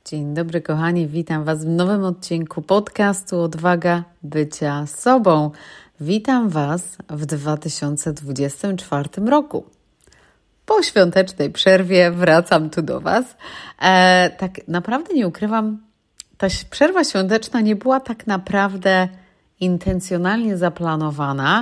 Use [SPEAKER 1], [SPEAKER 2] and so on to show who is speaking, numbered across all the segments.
[SPEAKER 1] Dzień dobry kochani, witam Was w nowym odcinku podcastu Odwaga Bycia Sobą. Witam Was w 2024 roku. Po świątecznej przerwie wracam tu do Was. Tak naprawdę nie ukrywam, ta przerwa świąteczna nie była tak naprawdę intencjonalnie zaplanowana,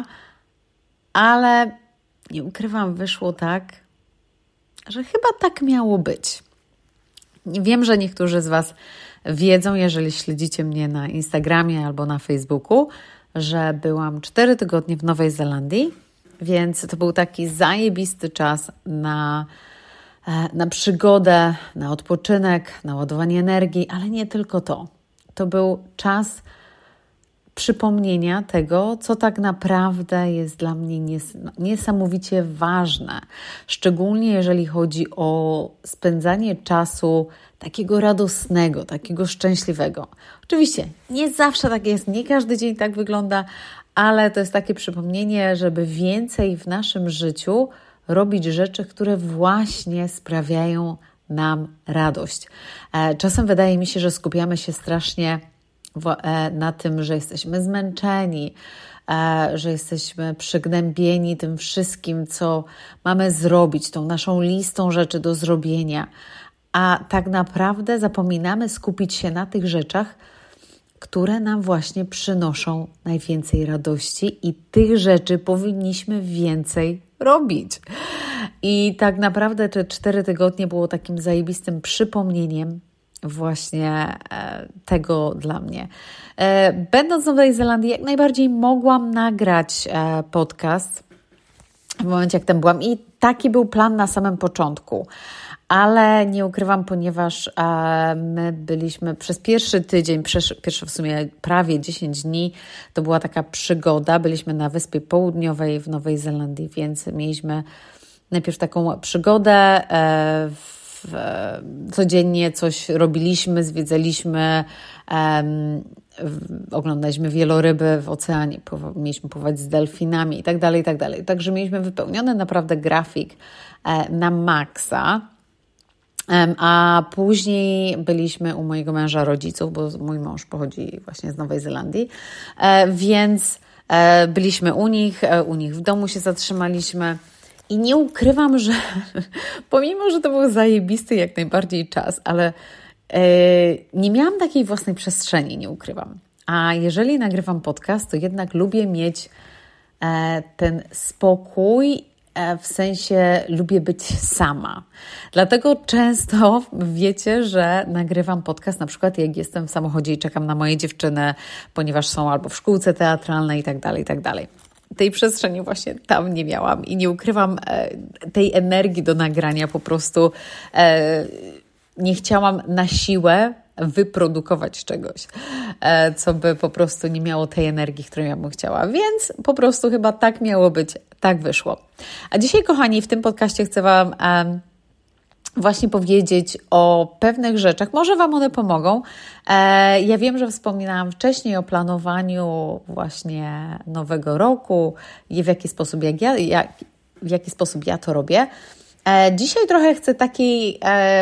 [SPEAKER 1] ale nie ukrywam, wyszło tak, że chyba tak miało być. Wiem, że niektórzy z Was wiedzą, jeżeli śledzicie mnie na Instagramie albo na Facebooku, że byłam 4 tygodnie w Nowej Zelandii, więc to był taki zajebisty czas na przygodę, na odpoczynek, na ładowanie energii, ale nie tylko to. To był czas przypomnienia tego, co tak naprawdę jest dla mnie niesamowicie ważne. Szczególnie jeżeli chodzi o spędzanie czasu takiego radosnego, takiego szczęśliwego. Oczywiście nie zawsze tak jest, nie każdy dzień tak wygląda, ale to jest takie przypomnienie, żeby więcej w naszym życiu robić rzeczy, które właśnie sprawiają nam radość. Czasem wydaje mi się, że skupiamy się strasznie na tym, że jesteśmy zmęczeni, że jesteśmy przygnębieni tym wszystkim, co mamy zrobić, tą naszą listą rzeczy do zrobienia, a tak naprawdę zapominamy skupić się na tych rzeczach, które nam właśnie przynoszą najwięcej radości i tych rzeczy powinniśmy więcej robić. I tak naprawdę te 4 tygodnie było takim zajebistym przypomnieniem właśnie tego dla mnie. Będąc w Nowej Zelandii, jak najbardziej mogłam nagrać podcast w momencie, jak tam byłam i taki był plan na samym początku. Ale nie ukrywam, ponieważ my byliśmy przez pierwszy tydzień, pierwsze w sumie prawie 10 dni, to była taka przygoda. Byliśmy na Wyspie Południowej w Nowej Zelandii, więc mieliśmy najpierw taką przygodę, codziennie coś robiliśmy, zwiedzaliśmy, oglądaliśmy wieloryby w oceanie, mieliśmy pływać z delfinami i tak dalej, i tak dalej. Także mieliśmy wypełniony naprawdę grafik na maksa. A później byliśmy u mojego męża rodziców, bo mój mąż pochodzi właśnie z Nowej Zelandii, więc byliśmy u nich w domu się zatrzymaliśmy i nie ukrywam, że pomimo, że to był zajebisty jak najbardziej czas, ale nie miałam takiej własnej przestrzeni, nie ukrywam. A jeżeli nagrywam podcast, to jednak lubię mieć ten spokój, w sensie lubię być sama. Dlatego często wiecie, że nagrywam podcast na przykład jak jestem w samochodzie i czekam na moje dziewczyny, ponieważ są albo w szkółce teatralnej i tak dalej, i tak dalej. Tej przestrzeni właśnie tam nie miałam i nie ukrywam tej energii do nagrania, po prostu nie chciałam na siłę wyprodukować czegoś, co by po prostu nie miało tej energii, którą ja bym chciała. Więc po prostu chyba tak miało być, tak wyszło. A dzisiaj, kochani, w tym podcaście chcę Wam właśnie powiedzieć o pewnych rzeczach. Może Wam one pomogą. Ja wiem, że wspominałam wcześniej o planowaniu właśnie nowego roku i w jaki sposób ja to robię. Dzisiaj trochę chcę takiej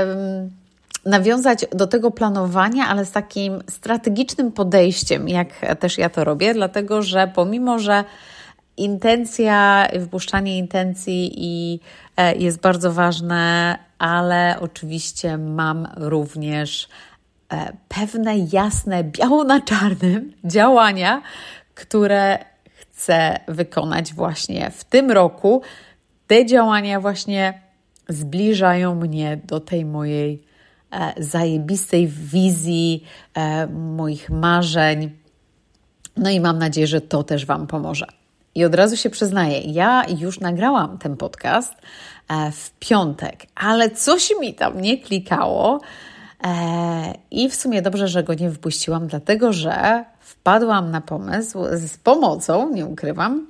[SPEAKER 1] nawiązać do tego planowania, ale z takim strategicznym podejściem, jak też ja to robię, dlatego że pomimo, że intencja, wypuszczanie intencji jest bardzo ważne, ale oczywiście mam również pewne jasne, biało na czarnym działania, które chcę wykonać właśnie w tym roku. Te działania właśnie zbliżają mnie do tej mojej zajebistej wizji, moich marzeń. No i mam nadzieję, że to też Wam pomoże. I od razu się przyznaję, ja już nagrałam ten podcast w piątek, ale coś mi tam nie klikało i w sumie dobrze, że go nie wypuściłam, dlatego że wpadłam na pomysł z pomocą, nie ukrywam,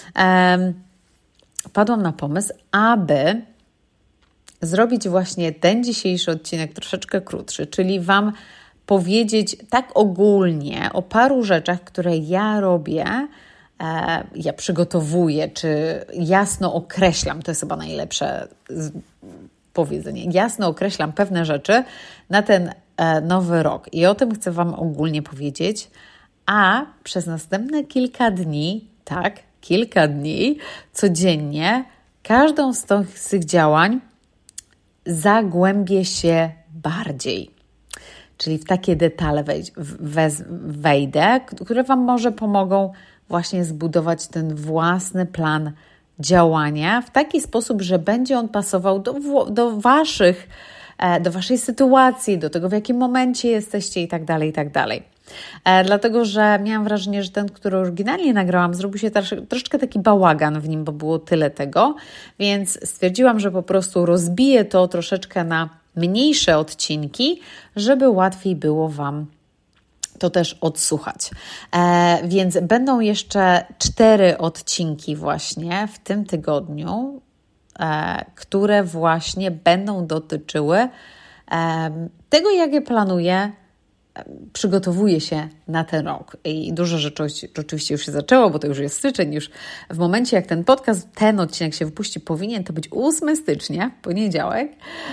[SPEAKER 1] wpadłam na pomysł, aby zrobić właśnie ten dzisiejszy odcinek troszeczkę krótszy, czyli Wam powiedzieć tak ogólnie o paru rzeczach, które ja robię, ja przygotowuję, czy jasno określam, to jest chyba najlepsze powiedzenie, jasno określam pewne rzeczy na ten nowy rok i o tym chcę Wam ogólnie powiedzieć, a przez następne kilka dni, kilka dni codziennie, każdą z tych działań zagłębię się bardziej. Czyli w takie detale wejdę, które Wam może pomogą właśnie zbudować ten własny plan działania w taki sposób, że będzie on pasował do Waszej sytuacji, do tego, w jakim momencie jesteście i tak dalej, i tak dalej. Dlatego, że miałam wrażenie, że ten, który oryginalnie nagrałam, zrobił się troszeczkę taki bałagan w nim, bo było tyle tego, więc stwierdziłam, że po prostu rozbiję to troszeczkę na mniejsze odcinki, żeby łatwiej było Wam to też odsłuchać. Więc będą jeszcze 4 odcinki właśnie w tym tygodniu, które właśnie będą dotyczyły tego, jak je planuję, przygotowuję się na ten rok. I dużo rzeczy oczywiście już się zaczęło, bo to już jest styczeń, już w momencie, jak ten odcinek się wypuści, powinien to być 8 stycznia, poniedziałek.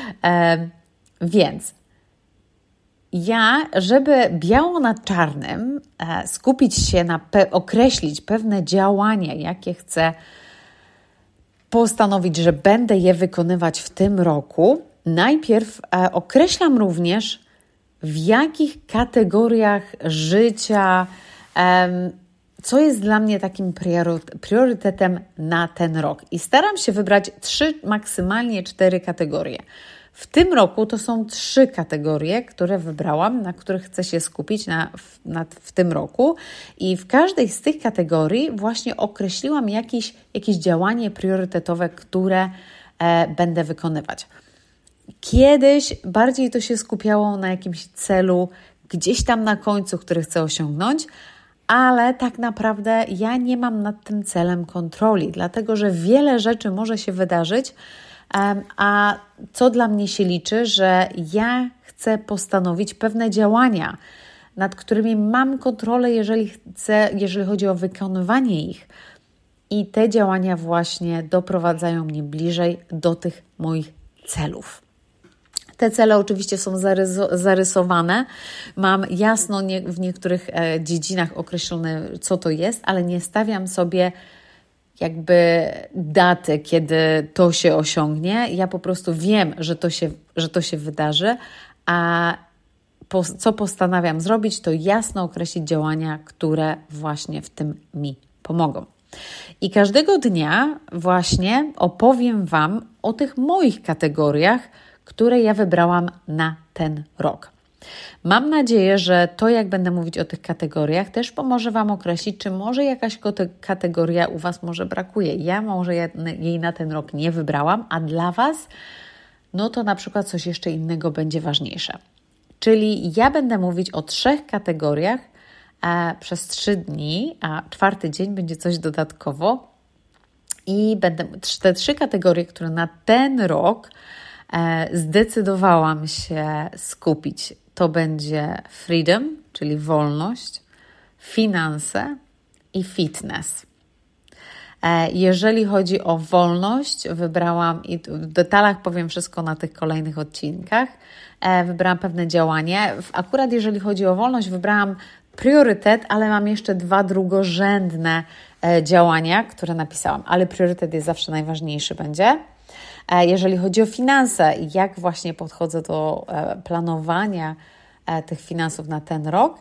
[SPEAKER 1] Więc ja, żeby biało na czarnym skupić się na określić pewne działania, jakie chcę postanowić, że będę je wykonywać w tym roku, najpierw określam również, w jakich kategoriach życia, co jest dla mnie takim priorytetem na ten rok. I staram się wybrać 3, maksymalnie 4 kategorie. W tym roku to są 3 kategorie, które wybrałam, na których chcę się skupić w tym roku. I w każdej z tych kategorii właśnie określiłam jakieś działanie priorytetowe, które będę wykonywać. Kiedyś bardziej to się skupiało na jakimś celu gdzieś tam na końcu, który chcę osiągnąć, ale tak naprawdę ja nie mam nad tym celem kontroli, dlatego że wiele rzeczy może się wydarzyć, a co dla mnie się liczy, że ja chcę postanowić pewne działania, nad którymi mam kontrolę, jeżeli chodzi o wykonywanie ich. I te działania właśnie doprowadzają mnie bliżej do tych moich celów. Te cele oczywiście są zarysowane. Mam jasno w niektórych dziedzinach określone, co to jest, ale nie stawiam sobie jakby daty, kiedy to się osiągnie. Ja po prostu wiem, że to się wydarzy, a co postanawiam zrobić, to jasno określić działania, które właśnie w tym mi pomogą. I każdego dnia właśnie opowiem Wam o tych moich kategoriach, które ja wybrałam na ten rok. Mam nadzieję, że to, jak będę mówić o tych kategoriach, też pomoże Wam określić, czy może jakaś kategoria u Was może brakuje. Ja może jej na ten rok nie wybrałam, a dla Was no to na przykład coś jeszcze innego będzie ważniejsze. Czyli ja będę mówić o 3 kategoriach przez 3 dni, a 4. dzień będzie coś dodatkowo. I będę te 3 kategorie, które na ten rok zdecydowałam się skupić. To będzie freedom, czyli wolność, finanse i fitness. Jeżeli chodzi o wolność, wybrałam i w detalach powiem wszystko na tych kolejnych odcinkach, wybrałam pewne działanie. Akurat jeżeli chodzi o wolność, wybrałam priorytet, ale mam jeszcze 2 drugorzędne działania, które napisałam, ale priorytet jest zawsze najważniejszy będzie. Jeżeli chodzi o finanse i jak właśnie podchodzę do planowania tych finansów na ten rok.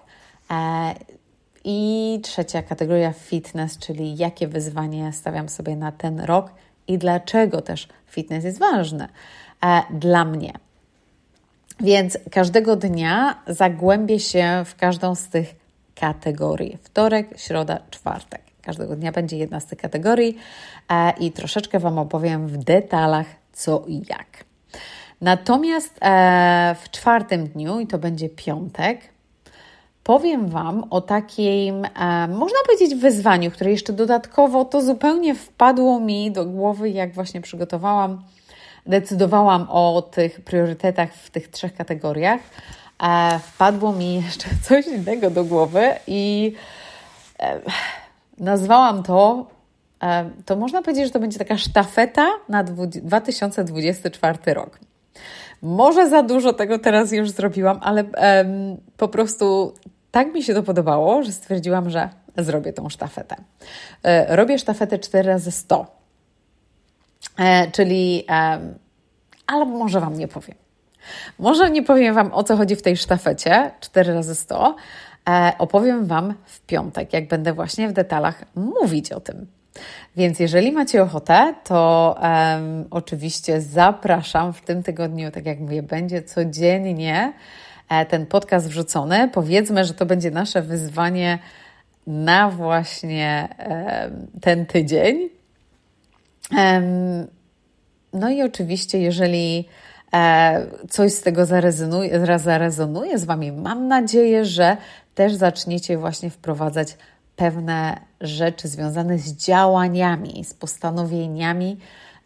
[SPEAKER 1] I 3. kategoria fitness, czyli jakie wyzwanie stawiam sobie na ten rok i dlaczego też fitness jest ważny dla mnie. Więc każdego dnia zagłębię się w każdą z tych kategorii. Wtorek, środa, czwartek. Każdego dnia będzie jedna z tych kategorii i troszeczkę Wam opowiem w detalach co i jak. Natomiast w 4. dniu, i to będzie piątek, powiem Wam o takim, można powiedzieć, wyzwaniu, które jeszcze dodatkowo to zupełnie wpadło mi do głowy, jak właśnie decydowałam o tych priorytetach w tych 3 kategoriach. Wpadło mi jeszcze coś innego do głowy i nazwałam to można powiedzieć, że to będzie taka sztafeta na 2024 rok. Może za dużo tego teraz już zrobiłam, ale po prostu tak mi się to podobało, że stwierdziłam, że zrobię tą sztafetę. Robię sztafetę 4x100, czyli, ale może Wam nie powiem. Może nie powiem Wam, o co chodzi w tej sztafecie 4x100. Opowiem Wam w piątek, jak będę właśnie w detalach mówić o tym. Więc jeżeli macie ochotę, to oczywiście zapraszam w tym tygodniu, tak jak mówię, będzie codziennie ten podcast wrzucony. Powiedzmy, że to będzie nasze wyzwanie na właśnie ten tydzień. No i oczywiście, jeżeli coś z tego zarezonuje z Wami, mam nadzieję, że też zaczniecie właśnie wprowadzać pewne rzeczy związane z działaniami, z postanowieniami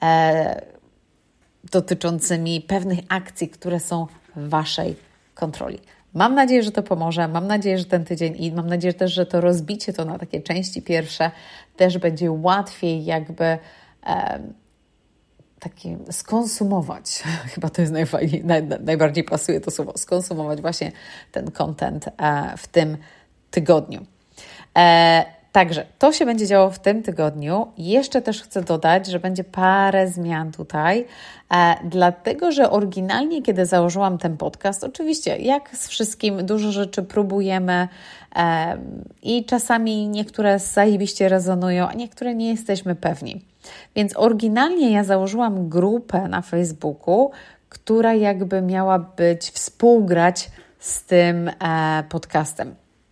[SPEAKER 1] dotyczącymi pewnych akcji, które są w Waszej kontroli. Mam nadzieję, że to pomoże, mam nadzieję, że ten tydzień i mam nadzieję też, że to rozbicie to na takie części pierwsze też będzie łatwiej jakby takie skonsumować, chyba to jest najbardziej pasuje to słowo, skonsumować właśnie ten content w tym tygodniu. Także to się będzie działo w tym tygodniu. Jeszcze też chcę dodać, że będzie parę zmian tutaj, dlatego że oryginalnie, kiedy założyłam ten podcast, oczywiście jak z wszystkim dużo rzeczy próbujemy i czasami niektóre zajebiście rezonują, a niektóre nie jesteśmy pewni. Więc oryginalnie ja założyłam grupę na Facebooku, która jakby miała współgrać z tym podcastem.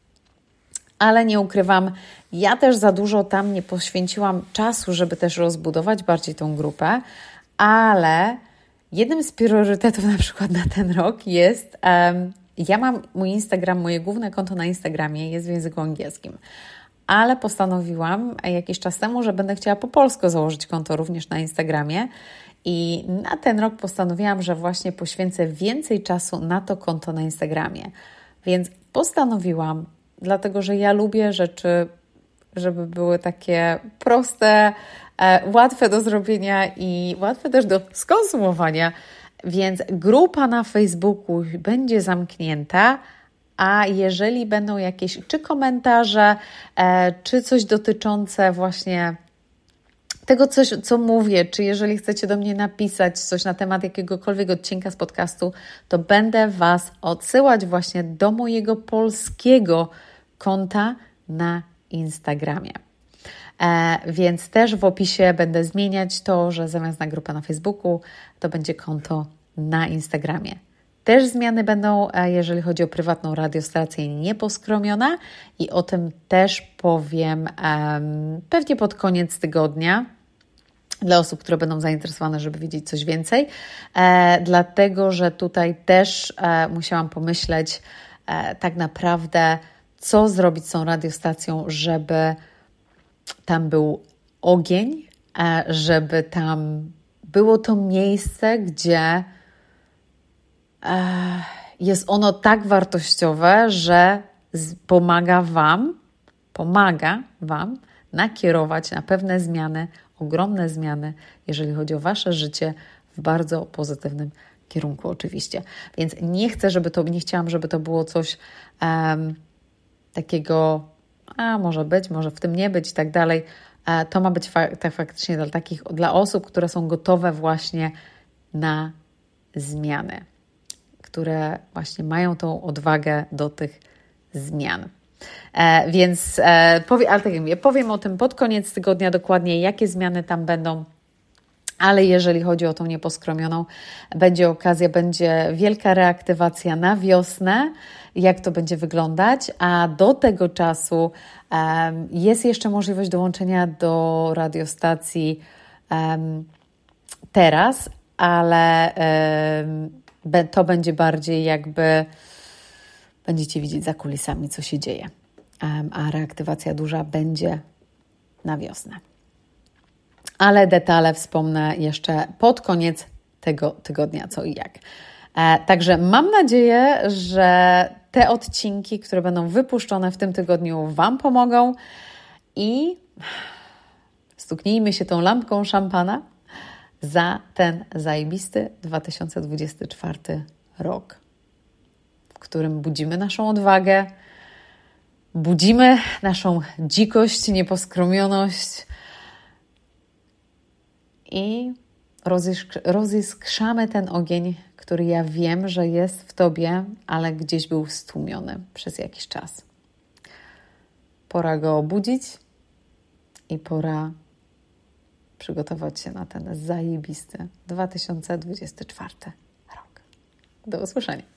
[SPEAKER 1] Ale nie ukrywam, ja też za dużo tam nie poświęciłam czasu, żeby też rozbudować bardziej tą grupę, ale jednym z priorytetów na przykład na ten rok jest, ja mam mój Instagram, moje główne konto na Instagramie jest w języku angielskim, ale postanowiłam jakiś czas temu, że będę chciała po polsku założyć konto również na Instagramie i na ten rok postanowiłam, że właśnie poświęcę więcej czasu na to konto na Instagramie. Więc postanowiłam, dlatego że ja lubię rzeczy, żeby były takie proste, łatwe do zrobienia i łatwe też do skonsumowania. Więc grupa na Facebooku będzie zamknięta, a jeżeli będą jakieś czy komentarze, czy coś dotyczące właśnie tego, co mówię, czy jeżeli chcecie do mnie napisać coś na temat jakiegokolwiek odcinka z podcastu, to będę Was odsyłać właśnie do mojego polskiego konta na Instagramie. Więc też w opisie będę zmieniać to, że zamiast na grupę na Facebooku, to będzie konto na Instagramie. Też zmiany będą, jeżeli chodzi o prywatną radiostację Nieposkromiona i o tym też powiem pewnie pod koniec tygodnia dla osób, które będą zainteresowane, żeby wiedzieć coś więcej, dlatego, że tutaj też musiałam pomyśleć tak naprawdę, co zrobić z tą radiostacją, żeby tam był ogień, żeby tam było to miejsce, gdzie jest ono tak wartościowe, że pomaga Wam nakierować na pewne zmiany, ogromne zmiany, jeżeli chodzi o Wasze życie w bardzo pozytywnym kierunku oczywiście. Więc nie chciałam, żeby to było coś takiego, może być, może w tym nie być i tak dalej. To ma być faktycznie dla osób, które są gotowe właśnie na zmiany, które właśnie mają tą odwagę do tych zmian. Więc ale tak jak mówię, powiem o tym pod koniec tygodnia dokładnie, jakie zmiany tam będą. Ale jeżeli chodzi o tą Nieposkromioną, będzie okazja, będzie wielka reaktywacja na wiosnę, jak to będzie wyglądać, a do tego czasu jest jeszcze możliwość dołączenia do radiostacji teraz, ale to będzie bardziej jakby, będziecie widzieć za kulisami, co się dzieje, a reaktywacja duża będzie na wiosnę. Ale detale wspomnę jeszcze pod koniec tego tygodnia, co i jak. Także mam nadzieję, że te odcinki, które będą wypuszczone w tym tygodniu, Wam pomogą i stuknijmy się tą lampką szampana za ten zajebisty 2024 rok, w którym budzimy naszą odwagę, budzimy naszą dzikość, nieposkromioność i roziskrzamy ten ogień, który ja wiem, że jest w Tobie, ale gdzieś był stłumiony przez jakiś czas. Pora go obudzić i pora przygotować się na ten zajebisty 2024 rok. Do usłyszenia.